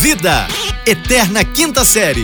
Vida, Eterna Quinta Série.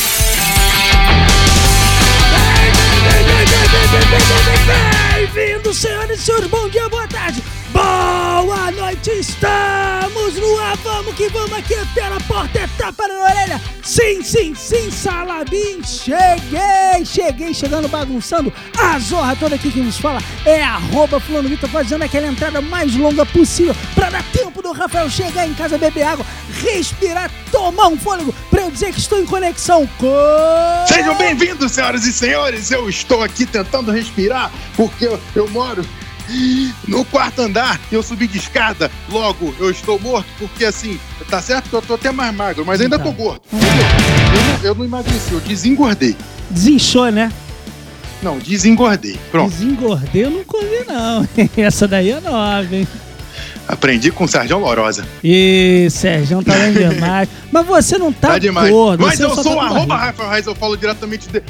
Bem-vindos, senhoras e senhores, bom dia, boa tarde, boa noite, estamos no ar, vamos que vamos aqui até a porta, é tapa na orelha, sim, Salabim, cheguei, chegando bagunçando, a zorra toda aqui que nos fala é @Fulano Vitor, fazendo aquela entrada mais longa possível, pra dar tempo do Rafael chegar em casa, beber água, respirar, tomar um fôlego, pra eu dizer que estou em conexão com... Sejam bem-vindos, senhoras e senhores, eu estou aqui tentando respirar, porque eu moro no quarto andar e eu subi de escada, logo eu estou morto, porque assim, tá certo que eu tô até mais magro, mas ainda tô gordo. Eu não emagreci, eu desengordei. Desinchou, né? Não, desengordei, pronto. Desengordei eu nunca ouvi, não. Essa daí é nova, hein? Aprendi com o Sérgio Lorosa. Ih, Sérgio, tá bem demais. Mas você não tá demais. gordo. Mas eu sou tá Rafael Reis, eu falo diretamente de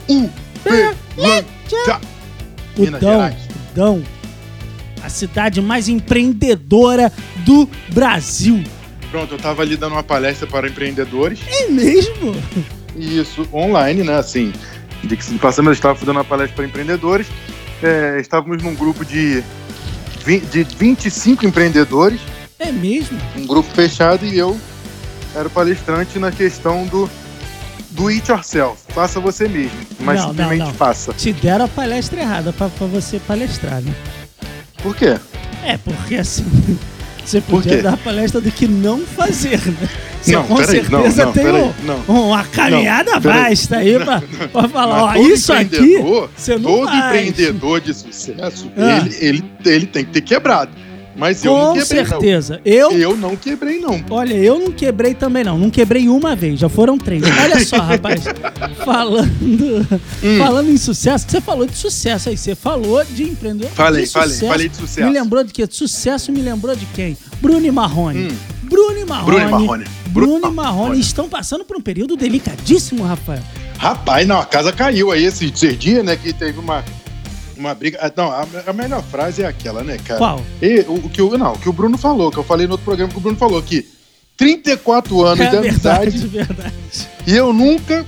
Minas Gerais. Udão, a cidade mais empreendedora do Brasil. Pronto, eu tava ali dando uma palestra para empreendedores. É mesmo? Isso, online, né, assim, de que passamos, eu estava dando uma palestra para empreendedores, estávamos num grupo de 25 empreendedores. É mesmo? Um grupo fechado e eu era o palestrante na questão do it yourself, faça você mesmo, mas simplesmente faça. Te deram a palestra errada pra você palestrar, né? Por quê? Porque assim, você podia dar a palestra do que não fazer, né? Você não, com certeza tem uma caminhada vasta aí pra falar, ó, isso aqui você não todo faz. Empreendedor de sucesso, ele tem que ter quebrado. Mas eu não quebrei, certeza. Não. Eu não quebrei, não. Olha, eu não quebrei também, não. Não quebrei uma vez, já foram 3. Olha só, rapaz. Falando em sucesso, você falou de sucesso aí. Você falou de empreendedor. Falei de sucesso. Me lembrou de quê? Sucesso me lembrou de quem? Bruno e Marrone. Bruno e Marrone estão passando por um período delicadíssimo, Rafael. Rapaz, não, a casa caiu aí esses dias, né? Que teve uma briga. Não, a melhor frase é aquela, né, cara? Qual? O que o Bruno falou, que eu falei no outro programa, que o Bruno falou que 34 anos de amizade. Verdade. E eu nunca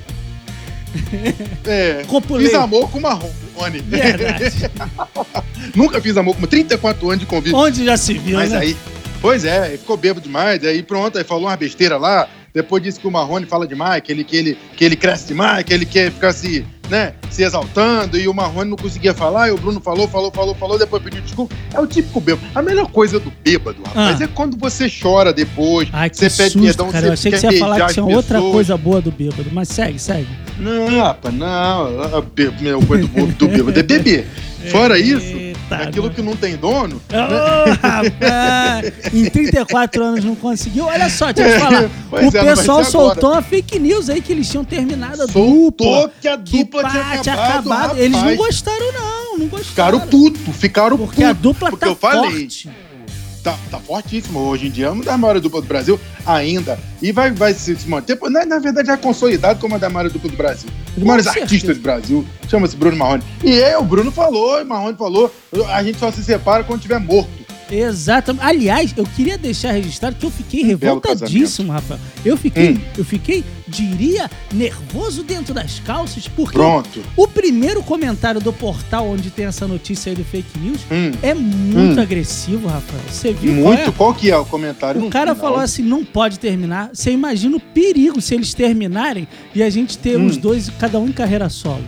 fiz amor com Marrone. Verdade. Nunca fiz amor com 34 anos de convívio. Onde já se viu, mas né? Aí, pois é, ele ficou bêbado demais, aí pronto, aí falou uma besteira lá, depois disse que o Marrone fala demais, que ele cresce demais, que ele quer ficar se exaltando, e o Marrone não conseguia falar, e o Bruno falou, depois pediu desculpa. É o típico bêbado. A melhor coisa do bêbado, rapaz, é quando você chora depois, você pede perdão, cara, eu achei que você ia falar que tinha outra coisa boa do bêbado, mas segue. Não, rapaz, não, a coisa do bêbado é beber. Fora isso, aquilo que não tem dono. Rapaz, em 34 anos não conseguiu. Olha só, deixa eu te falar. O pessoal soltou uma fake news aí que eles tinham terminado a dupla. Que a dupla tinha acabado. Eles não gostaram, não gostaram. Ficaram putos. Porque a dupla tá forte. Tá fortíssimo. Hoje em dia é uma das maiores duplas do Brasil ainda. E vai se manter. Na verdade, é consolidado como uma das maiores duplas do Brasil. Os maiores artistas do Brasil. Chama-se Bruno e Marrone. E o Bruno falou, e Marrone falou, a gente só se separa quando estiver morto. Exatamente. Aliás, eu queria deixar registrado que eu fiquei revoltadíssimo, Rafael. Eu fiquei, diria, nervoso dentro das calças, porque o primeiro comentário do portal onde tem essa notícia aí do fake news é muito agressivo, Rafael. Você viu? Muito? Qual que é o comentário? O cara falou assim, não pode terminar. Você imagina o perigo se eles terminarem e a gente ter os dois, cada um em carreira solo.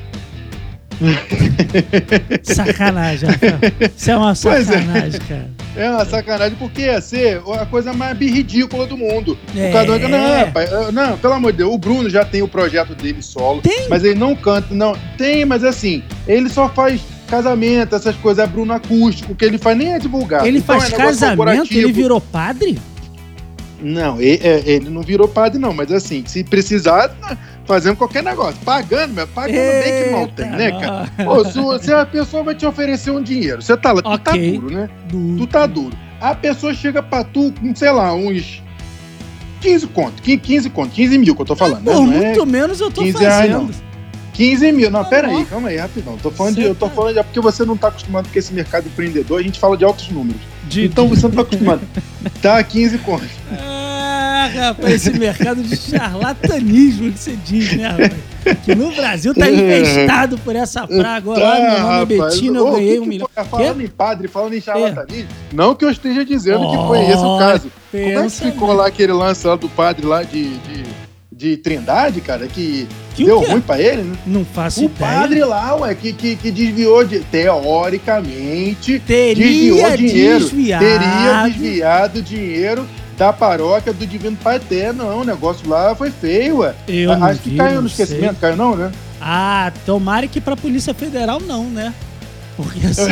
Sacanagem, Rafael. Isso é uma sacanagem, cara. É uma sacanagem, porque ia ser a coisa mais ridícula do mundo. Não, pelo amor de Deus, o Bruno já tem o projeto dele solo, mas ele não canta, mas assim, ele só faz casamento, essas coisas, é Bruno acústico, que ele faz nem é divulgado. Ele faz casamento, ele virou padre? Não, ele não virou padre não, mas assim, se precisar, fazendo qualquer negócio, pagando bem que mal tem, né, cara? Pô, se a pessoa vai te oferecer um dinheiro, você tá lá, tu tá duro, né? Tu tá duro. A pessoa chega pra tu com, sei lá, uns 15 mil que eu tô falando, né? Muito menos eu tô fazendo. Reais, não. 15 mil. Não, pera aí, calma aí, rapidão. Eu tô falando já porque você não tá acostumado com esse mercado empreendedor, a gente fala de altos números. Então você não tá acostumado. Tá 15 contos. Rapaz, esse mercado de charlatanismo que você diz, né, rapaz? Que no Brasil tá infestado por essa praga. Olha lá, meu nome é Bettino, eu ganhei 1 milhão. Falando em padre, falando em charlatanismo, não que eu esteja dizendo que foi esse o caso. Como é que ficou lá aquele lance lá do padre lá de Trindade, cara, que deu ruim pra ele, né? Não faço ideia. O padre lá, ué, que desviou, teoricamente, teria desviado dinheiro da paróquia do Divino Pai Eterno. Não, o negócio lá foi feio, ué. Acho que caiu no esquecimento, caiu não, né? Ah, tomara que pra Polícia Federal não, né? Porque assim,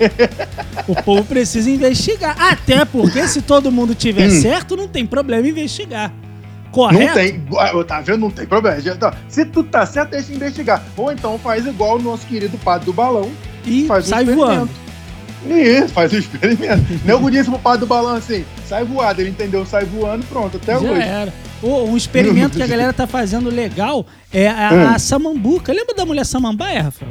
o povo precisa investigar. Até porque se todo mundo tiver certo, não tem problema investigar. Correto? Não tem, tá vendo? Não tem problema. Se tu tá certo, deixa investigar. Ou então faz igual o nosso querido padre do balão e faz sai voando. Isso, faz o experimento. Não disse pro padre do balão assim, sai voado. Ele entendeu, sai voando, pronto, até hoje. Já era. Um experimento que a galera tá fazendo legal é a samambuca. Lembra da mulher samambaia, Rafael?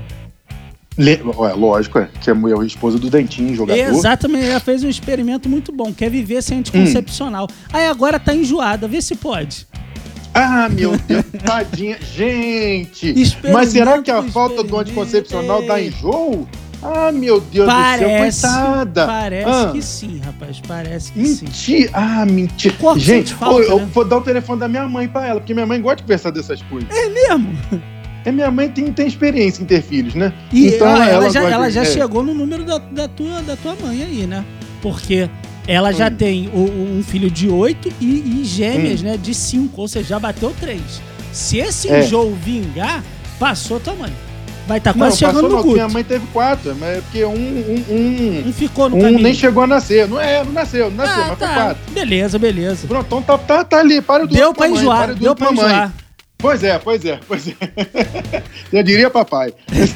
Lógico, que é a esposa do Dentinho, jogador. Exatamente, ela fez um experimento muito bom, quer viver sem anticoncepcional. Aí agora tá enjoada, vê se pode. Ah, meu Deus, tadinha. Gente, mas será que a falta do anticoncepcional dá enjoo? Ah, meu Deus do céu, coitada. Parece que sim, rapaz, parece que sim. Mentira. Gente, eu vou dar o telefone da minha mãe pra ela, porque minha mãe gosta de conversar dessas coisas. É mesmo? Minha mãe tem experiência em ter filhos, né? E então, ela já chegou no número da tua mãe aí, né? Porque ela já tem um filho de 8 e gêmeas, né? De 5, ou seja, já bateu 3. Se esse enjoo vingar, passou tua mãe. Vai estar quase chegando no culto. Minha mãe teve 4, mas é porque um ficou no caminho. Nem chegou a nascer. Não nasceu, mas foi 4. Beleza. Pronto, então tá ali, para o duro. Deu pra enjoar. Pois é. Eu diria papai.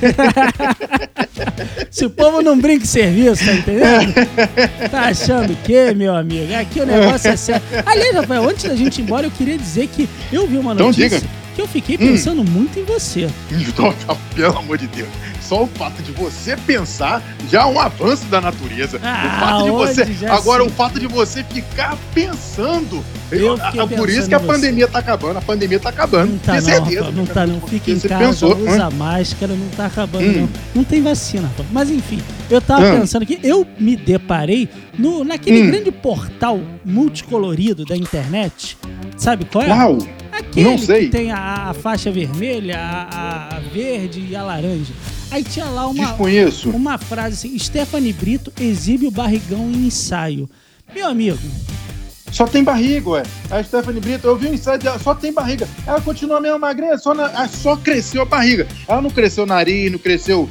Se o povo não brinca em serviço, tá entendendo? Tá achando o quê, meu amigo? Aqui o negócio é sério. Aliás, Rafael, antes da gente ir embora, eu queria dizer que eu vi uma notícia que eu fiquei pensando muito em você. Pelo amor de Deus. Só o fato de você pensar já é um avanço da natureza. O fato de você ficar pensando. Por isso que a pandemia tá acabando. A pandemia tá acabando. Não tá, certeza, não tá, não. Fica em casa, usa máscara, não tá acabando, não. Não tem vacina, rapaz. Mas enfim, eu tava pensando que eu me deparei naquele grande portal multicolorido da internet. Sabe qual é? Uau! Aquele não sei. Que tem a faixa vermelha, a verde e a laranja. Aí tinha lá uma frase assim: Stephanie Brito exibe o barrigão em ensaio. Meu amigo. Só tem barriga, ué. A Stephanie Brito, eu vi o ensaio dela, só tem barriga. Ela continua meio magrinha, só cresceu a barriga. Ela não cresceu nariz, não cresceu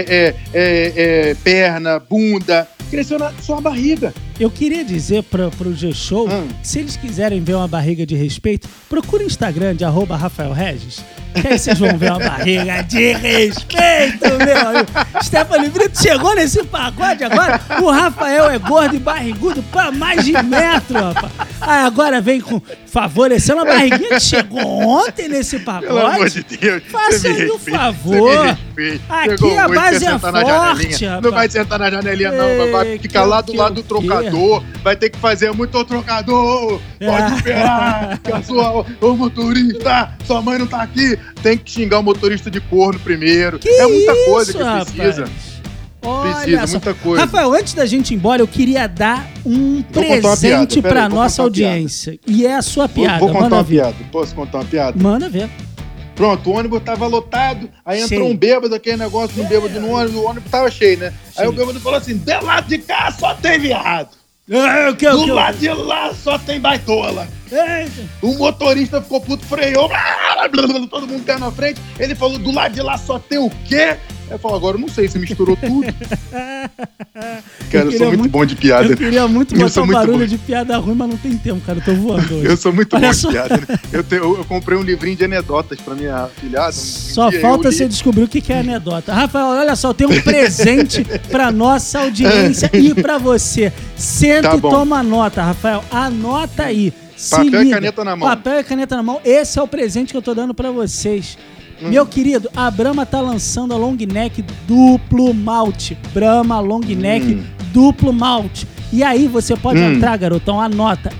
perna, bunda. Cresceu só a barriga. Eu queria dizer pro G-Show, se eles quiserem ver uma barriga de respeito, procura o Instagram de @Rafael Regis, que aí vocês vão ver uma barriga de respeito, meu amigo. Stephanie Brito chegou nesse pagode agora. O Rafael é gordo e barrigudo pra mais de metro, rapaz. Aí agora vem favorecendo a barriguinha que chegou ontem nesse pagode. Pelo amor de Deus. Faça-me um favor. Aqui a base é forte, rapaz. Não vai sentar na janelinha, não. Vai ficar lá do lado do trocador. Vai ter que fazer muito trocador. Pode esperar. Que o motorista, sua mãe não tá aqui. Tem que xingar o motorista de corno primeiro. É muita coisa que precisa. Olha só. Muita coisa. Rafael, antes da gente ir embora, eu queria dar um presente pra nossa audiência. E é a sua piada. Vou contar uma piada. Posso contar uma piada? Manda ver. Pronto, o ônibus tava lotado, aí entrou um bêbado, aquele negócio de um bêbado no ônibus, o ônibus tava cheio, né? Aí o bêbado falou assim: do lado de cá só tem viado. Do lado de lá só tem baitola. O motorista ficou puto, freou, todo mundo caiu na frente. Ele falou: do lado de lá só tem o quê? Eu falo: agora eu não sei, você misturou tudo. Cara, eu sou muito bom de piada. Eu queria muito botar um barulho de piada ruim, mas não tem tempo, cara. Eu tô voando hoje. Eu sou muito bom de piada. Né? Eu comprei um livrinho de anedotas pra minha filhada. Só falta você descobrir o que é anedota. Rafael, olha só, eu tenho um presente pra nossa audiência e pra você. Senta e toma nota, Rafael. Anota aí. Papel e caneta na mão. Papel e caneta na mão. Esse é o presente que eu tô dando pra vocês. Meu querido, a Brahma tá lançando a long neck duplo malte. Brahma long neck duplo malte. E aí você pode entrar, garotão, anota,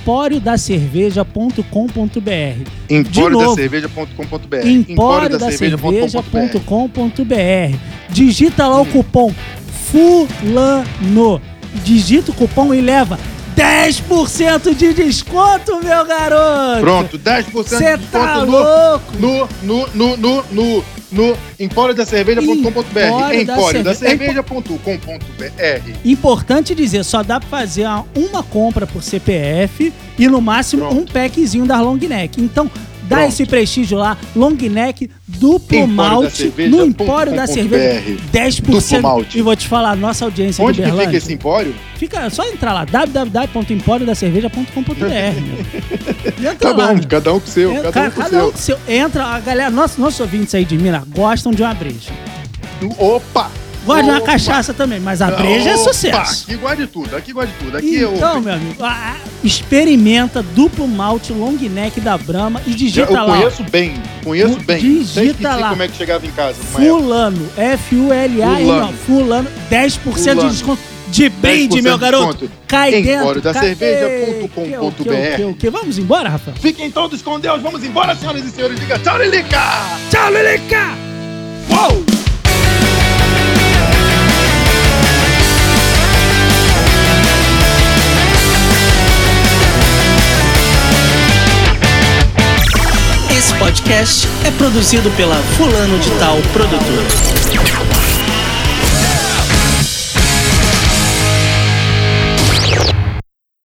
empóriodacerveja.com.br. Empóriodacerveja.com.br. Empóriodacerveja.com.br. Digita lá o cupom FULANO. Digita o cupom e leva 10% de desconto, meu garoto! Pronto, 10% de desconto louco? no empóriodacerveja.com.br. empóriodacerveja.com.br. Importante dizer, só dá pra fazer uma compra por CPF e no máximo um packzinho da long neck. Então, dá esse prestígio lá, long neck, duplo malte, no Empório da Cerveja, 10%. Duplo malte. E vou te falar, nossa audiência onde de Uberlândia. Onde fica esse empório? Fica, só entrar lá, www.empóriodacerveja.com.br. Tá bom, cada um com o seu. Cada um com o seu. Entra, a galera, nossos ouvintes aí de Minas gostam de uma breja. Opa! Gosta de uma cachaça também, mas a breja é sucesso. Aqui gosta de tudo, aqui então, meu amigo, experimenta duplo malte long neck da Brahma e digita lá. Eu conheço bem. Digita lá. Como é que chegava em casa. Fulano, F-U-L-A-N, Fulano, 10% de desconto. De brinde, meu garoto. Cai dentro. Empóriodacerveja.com.br. Vamos embora, Rafael? Fiquem todos com Deus. Vamos embora, senhoras e senhores. Diga tchau, Lilica. Tchau, Lilica. Uou. Esse podcast é produzido pela Fulano de Tal Produtora.